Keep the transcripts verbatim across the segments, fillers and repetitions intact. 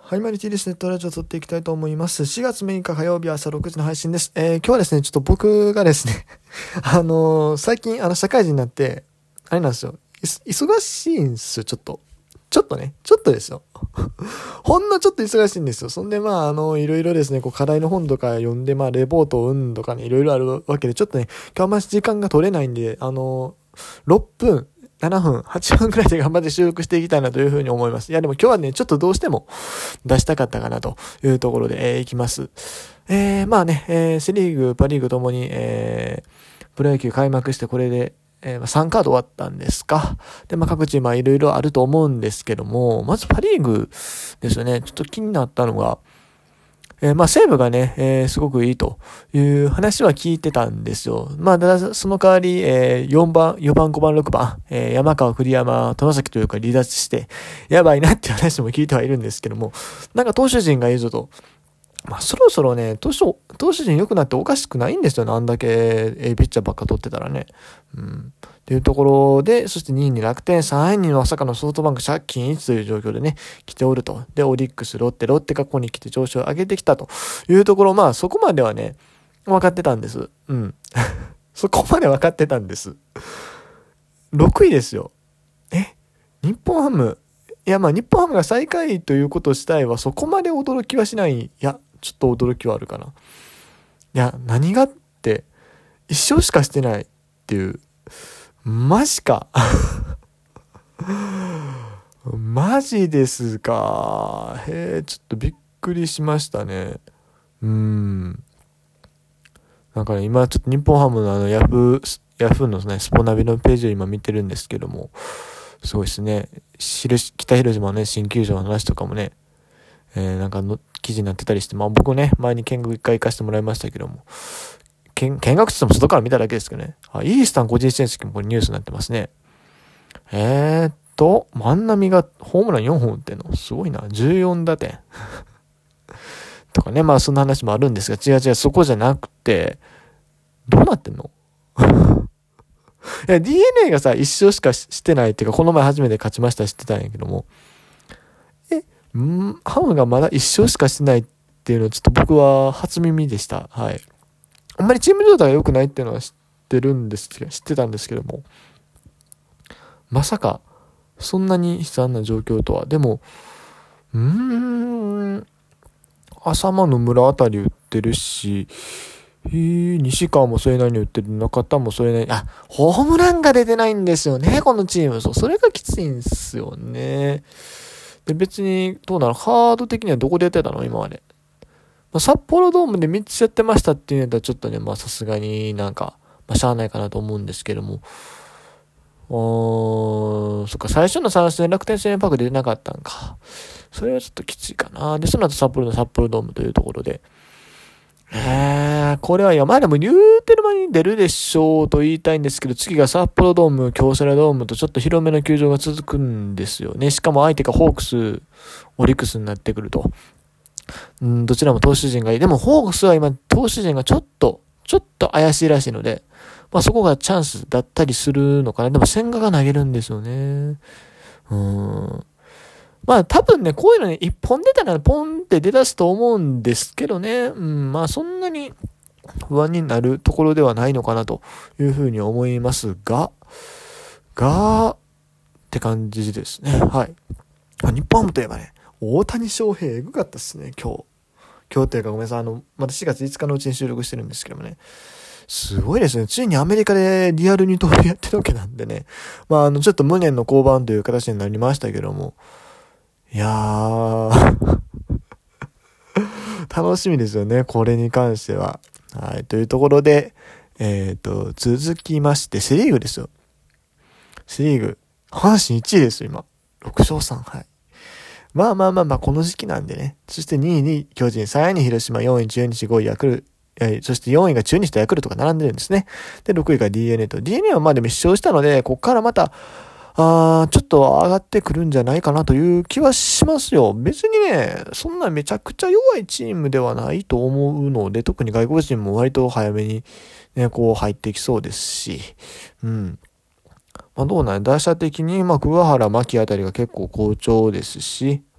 はい、マリティですね。トラジオを撮っていきたいと思います。しがつむいか火曜日朝ろくじの配信です。えー、今日はですね、ちょっと僕がですね、あのー、最近、あの、社会人になって、あれなんですよ。忙しいんですよ、ちょっと。ちょっとね、ちょっとですよ。ほんのちょっと忙しいんですよ。そんで、まあ、あの、いろいろですね、こう、課題の本とか読んで、まあ、レポートをうんとかね、いろいろあるわけで、ちょっとね、今日あんまり時間が取れないんで、あのー、ろっぷん、ななふん、はちふんくらいで頑張って収録していきたいなというふうに思います。いやでも今日はね、ちょっとどうしても出したかったかなというところで、えー、いきます。えー、まあね、えー、セリーグ、パリーグともに、えー、プロ野球開幕してこれで、えー、さんカード終わったんですか。で、まあ各チームはいろいろあると思うんですけども、まずパリーグですよね。ちょっと気になったのが、えー、まあ西武がね、えー、すごくいいという話は聞いてたんですよ。まあだその代わり、えー、よんばん、よんばん、ごばん、ろくばん、えー、山川、栗山、外崎というか離脱して、やばいなっていう話も聞いてはいるんですけども、なんか投手陣がいいぞと。まあそろそろね、投手、投手陣良くなっておかしくないんですよね。あんだけ、えー、ピッチャーばっか取ってたらね。うん。っていうところで、そしてにいに楽天、さんいにまさかのソフトバンク借金いちという状況でね、来ておると。で、オリックス、ロッテ、ロッテがここに来て調子を上げてきたというところ、まあそこまではね、分かってたんです。うん。そこまで分かってたんです。ろくいですよ。え日本ハム。いやまあ日本ハムが最下位ということ自体はそこまで驚きはしない。いや、ちょっと驚きはあるかな。いや、何がって、一勝しかしてないっていう。マジか。マジですか。へえ、ちょっとびっくりしましたね。うーん。なんかね、今ちょっと日本ハムのあのヤフー、ヤフーのね、スポナビのページを今見てるんですけども、すごいですね。北広島のね、新球場の話とかもね、えー、なんかの記事になってたりして、まあ僕ね、前に見学一回行かせてもらいましたけども、見、見学って言っても外から見ただけですけどね。あ、イースタン個人戦績もこれニュースになってますね。えーっと、万波がホームランよんほん打ってんのすごいな。じゅうよんだてん。とかね、まあそんな話もあるんですが、違う違う、そこじゃなくて、どうなってんのいや、ディーエヌエー がさ、一勝しかしてないっていうか、この前初めて勝ちました知ってたんやけども、え、んハムがまだ一勝しかしてないっていうのはちょっと僕は初耳でした。はい。あんまりチーム状態が良くないっていうのは知ってるんです知ってたんですけども、まさか、そんなに悲惨な状況とは。でも、うーん、浅間の村あたり売ってるし、えー、西川もそれなりに売ってる、中田もそれなりに、あ、ホームランが出てないんですよね、このチーム。そう、それがきついんですよね。で、別に、どうなのハード的にはどこでやってたの今まで。まあ、札幌ドームでみっつやってましたっていうのやったらちょっとね、まあさすがになんか、まあしゃあないかなと思うんですけども。おー、そっか、最初のさん戦楽天生命パークで出なかったんか。それはちょっときついかな。で、その後札幌の札幌ドームというところで。えー、これは、いや、まあでも言うてる間に出るでしょうと言いたいんですけど、次が札幌ドーム、京セラドームとちょっと広めの球場が続くんですよね。しかも相手がホークス、オリックスになってくると。うん、どちらも投手陣がいい。でもホークスは今、投手陣がちょっと、ちょっと怪しいらしいので、まあそこがチャンスだったりするのかな。でも千賀が投げるんですよね。うん。まあ多分ね、こういうのね、一本出たらポンって出だすと思うんですけどね。うん、まあそんなに不安になるところではないのかなというふうに思いますが、が、って感じですね。はい。日本ハムといえばね、大谷翔平エグかったですね、今日。今日というかごめんなさい、あの、まだしがついつかのうちに収録してるんですけどもね。すごいですね。ついにアメリカでリアル二刀流やってるわけなんでね。まああの、ちょっと無念の降板という形になりましたけども、いやー楽しみですよね、これに関しては。はい、というところで、えっと、続きまして、セリーグですよ。セリーグ。阪神いちいですよ、今。ろくしょうさんはい。まあまあまあまあ、この時期なんでね。そしてにいに巨人、さんいに広島、よんい中日、ごいヤクルト、えー、そしてよんいが中日とヤクルトが並んでるんですね。で、ろくいが ディーエヌエー と。ディーエヌエー はまあでも一勝したので、こっからまた、あー、ちょっと上がってくるんじゃないかなという気はしますよ。別にね、そんなめちゃくちゃ弱いチームではないと思うので、特に外国人も割と早めにね、こう入ってきそうですし、うん。まあどうなん打者的に、まあ桑原、牧あたりが結構好調ですし、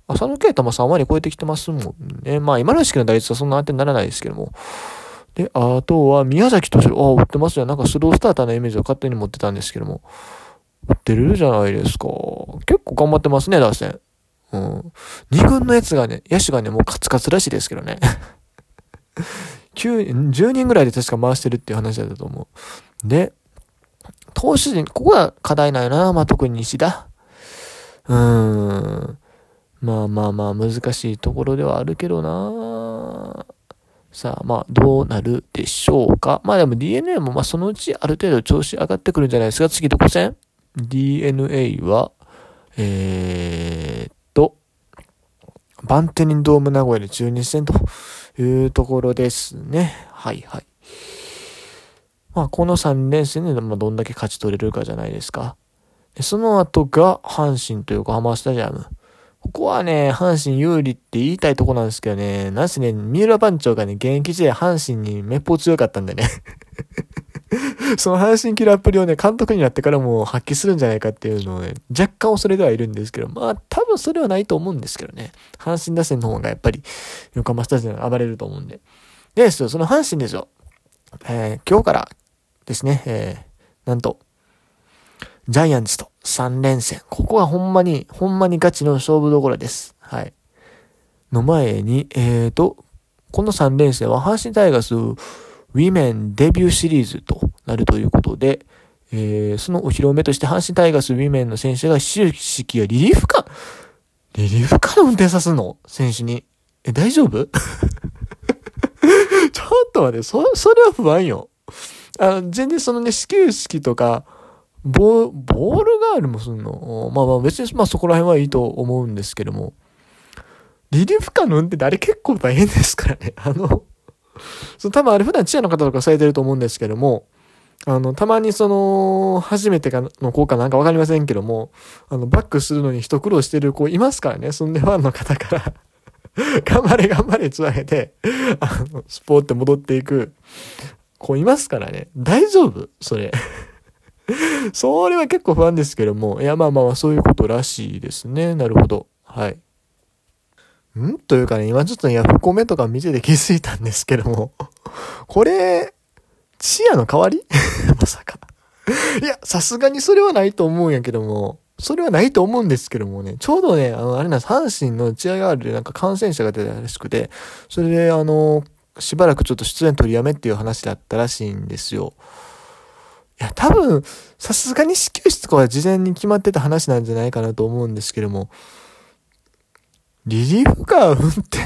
浅野啓太もさん割超えてきてますもんね。まあ今の時期の打率はそんな当てにならないですけども。で、あとは宮崎投手、ああ、打ってますよ。なんかスロースターターのイメージを勝手に持ってたんですけども。打ってるじゃないですか。結構頑張ってますね、打線。うん。二軍のやつがね、野手がね、もうカツカツらしいですけどね。きゅう、じゅうにんぐらいで確か回してるっていう話だったと思う。で、投手陣、ここが課題なんよな。まあ、特に西田。うーん。まあまあまあ、難しいところではあるけどな。さあ、まあ、どうなるでしょうか。まあでも ディーエヌエー も、まあそのうちある程度調子上がってくるんじゃないですか。次どこ戦 ?ディーエヌエー は、えーっと、バンテリンドーム名古屋でじゅうに戦というところですね。はいはい。まあこのさん連戦でまあどんだけ勝ち取れるかじゃないですか。でその後が阪神と横浜スタジアム。ここはね、阪神有利って言いたいとこなんですけどね、なんせね、三浦番長がね、現役時代阪神にめっぽう強かったんでね。その阪神キラーっぷりをね、監督になってからも発揮するんじゃないかっていうのをね、若干恐れてはいるんですけど、まあ多分それはないと思うんですけどね。阪神打線の方がやっぱり横浜スタジアム暴れると思うんで。で、その阪神ですよ。えー、今日からですね、えー、なんと、ジャイアンツとさん連戦。ここはほんまに、ほんまにガチの勝負どころです。はい。の前に、えーと、このさん連戦は阪神タイガースウィメンデビューシリーズとなるということで、えー、そのお披露目として阪神タイガースウィメンの選手が始球式やリリーフカー、リリーフカーの運転さすの選手に。え、大丈夫ちょっと待って、そ、それは不安よ。あの、全然そのね、始球式とか、ボー、ボールガールもすんのまあまあ別にまあそこら辺はいいと思うんですけども。リリーフカーの運転ってあれ結構大変ですからね。あの、その多分あれ普段チアの方とかされてると思うんですけども、あの、たまにその、初めてかの効果なんかわかりませんけども、あの、バックするのに一苦労してる子いますからね。そんでファンの方から頑張れ頑張れつわれて、あの、スポーって戻っていく子いますからね。大丈夫それ。それは結構不安ですけども。いや、まあまあそういうことらしいですね。なるほど。はい。んというかね、今ちょっとヤフコメとか見てて気づいたんですけども。これ、チアの代わりまさか。いや、さすがにそれはないと思うんやけども。それはないと思うんですけどもね。ちょうどね、あの、あれなんです。阪神のチアガールでなんか感染者が出たらしくて、それであの、しばらくちょっと出演取りやめっていう話だったらしいんですよ。いや、多分、さすがに始球式とかは事前に決まってた話なんじゃないかなと思うんですけども、リリーフカー運転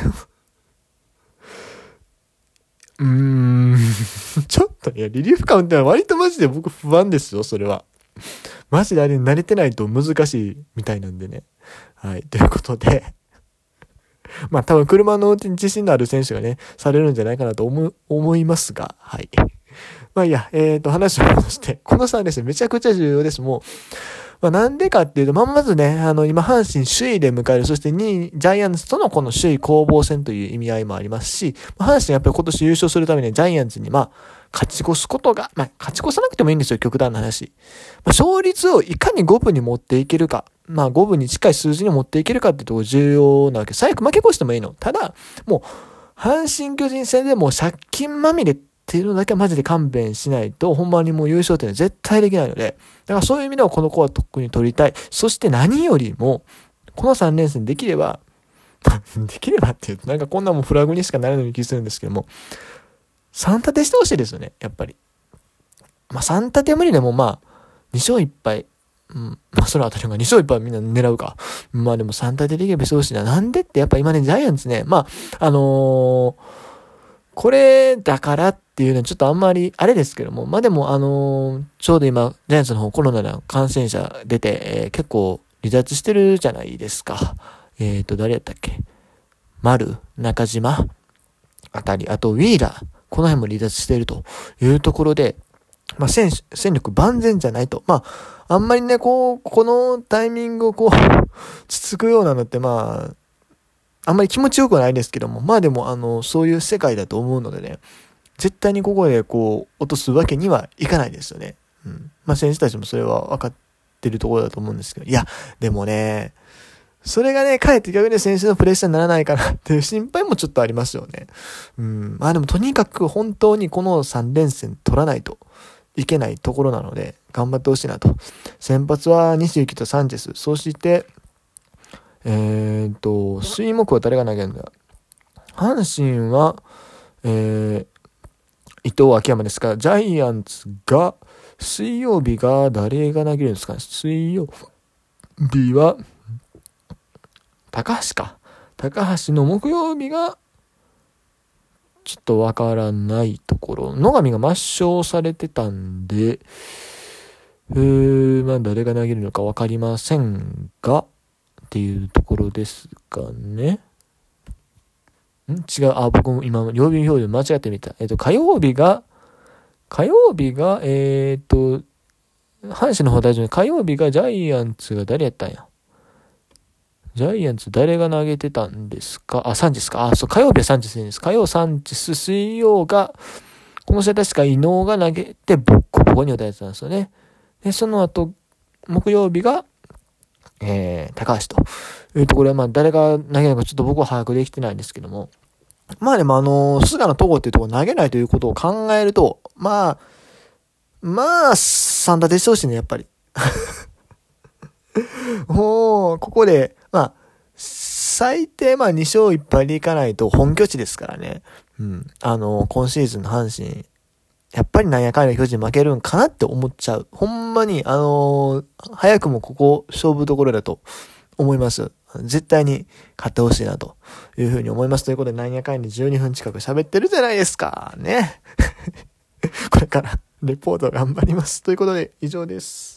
うーん、ちょっと、いや、リリーフカー運転は割とマジで僕不安ですよ、それは。マジであれ慣れてないと難しいみたいなんでね。はい、ということで、まあ多分車の運転に自信のある選手がね、されるんじゃないかなと思、思いますが、はい。まあいいや、えーと、話を戻して、このさん連戦めちゃくちゃ重要です。もう、まあなんでかっていうと、まあまずね、あの、今阪神首位で迎える、そしてにい、ジャイアンツとのこの首位攻防戦という意味合いもありますし、まあ、阪神やっぱり今年優勝するためにジャイアンツにまあ、勝ち越すことが、まあ、勝ち越さなくてもいいんですよ、極端な話。まあ、勝率をいかにごぶに持っていけるか、まあごぶに近い数字に持っていけるかっていうところ重要なわけ。最悪負け越してもいいの。ただ、もう、阪神巨人戦でもう借金まみれっていうのだけはマジで勘弁しないと、ほんまにもう優勝っていうのは絶対できないので、だからそういう意味ではこの子は特に取りたい。そして何よりも、このさん連戦できれば、できればっていうと、なんかこんなもんフラグにしかならない気するんですけども、さん立てしてほしいですよね、やっぱり。まあさん立ては無理でもまあ、に勝いっ敗。うん。まあそれは当たり前。に勝いっ敗はみんな狙うか。まあでもさん立てできればしてほしいな。なんでってやっぱ今ね、ジャイアンツね、まあ、あのー、これだからっていうのはちょっとあんまりあれですけども、まあでもあのー、ちょうど今、ジャイアンツの方コロナの感染者出て、えー、結構離脱してるじゃないですか。えーと、誰やったっけ丸、中島あたり、あとウィーラー、この辺も離脱しているというところで、まあ戦、戦力万全じゃないと。まあ、あんまりね、こう、このタイミングをこう、つつくようなのって、まあ、あんまり気持ちよくはないですけども、まあでも、あの、そういう世界だと思うのでね、絶対にここでこう、落とすわけにはいかないですよね。うん。まあ選手たちもそれは分かってるところだと思うんですけど、いや、でもね、 それがね、かえって逆に選手のプレッシャーにならないかなっていう心配もちょっとありますよね。うん。まあでもとにかく本当にこのさん連戦取らないといけないところなので、頑張ってほしいなと。先発は西行とサンチェス。そして、えーっと、水木は誰が投げるんだ？阪神は、えー、伊藤秋山ですが、ジャイアンツが、水曜日が誰が投げるんですかね。水曜日は、高橋か。高橋の木曜日が、ちょっとわからないところ。野上が抹消されてたんで、えー、まあ誰が投げるのかわかりませんが、っていうところですかね。ん違う。あ、僕も今、曜日表で間違ってみた。えっと、火曜日が、火曜日が、えー、っと、阪神の方大丈夫。火曜日がジャイアンツが誰やったんや。ジャイアンツ誰が投げてたんですか？あ、サンチェスか。あ、そう、火曜日はサンチェスです。火曜サンチェス、水曜が、この試合確か伊能が投げて、ボッコボコに打たれてたんですよね。で、その後、木曜日が、えー、高橋というところは、まあ、誰が投げるのかちょっと僕は把握できてないんですけども。まあでもあのー、菅野戸郷っていうところ投げないということを考えると、まあ、まあ、三打でしてほしいね、やっぱり。もう、ここで、まあ、最低まあに勝いっ敗でいかないと本拠地ですからね。うん。あのー、今シーズンの阪神、やっぱりなんやかんや巨人負けるんかなって思っちゃう。ほんまに、あのー、早くもここ勝負どころだと思います。絶対に勝ってほしいなというふうに思います。ということで、なんやかんやでじゅうにふん近く喋ってるじゃないですか。ね。これからレポート頑張ります。ということで、以上です。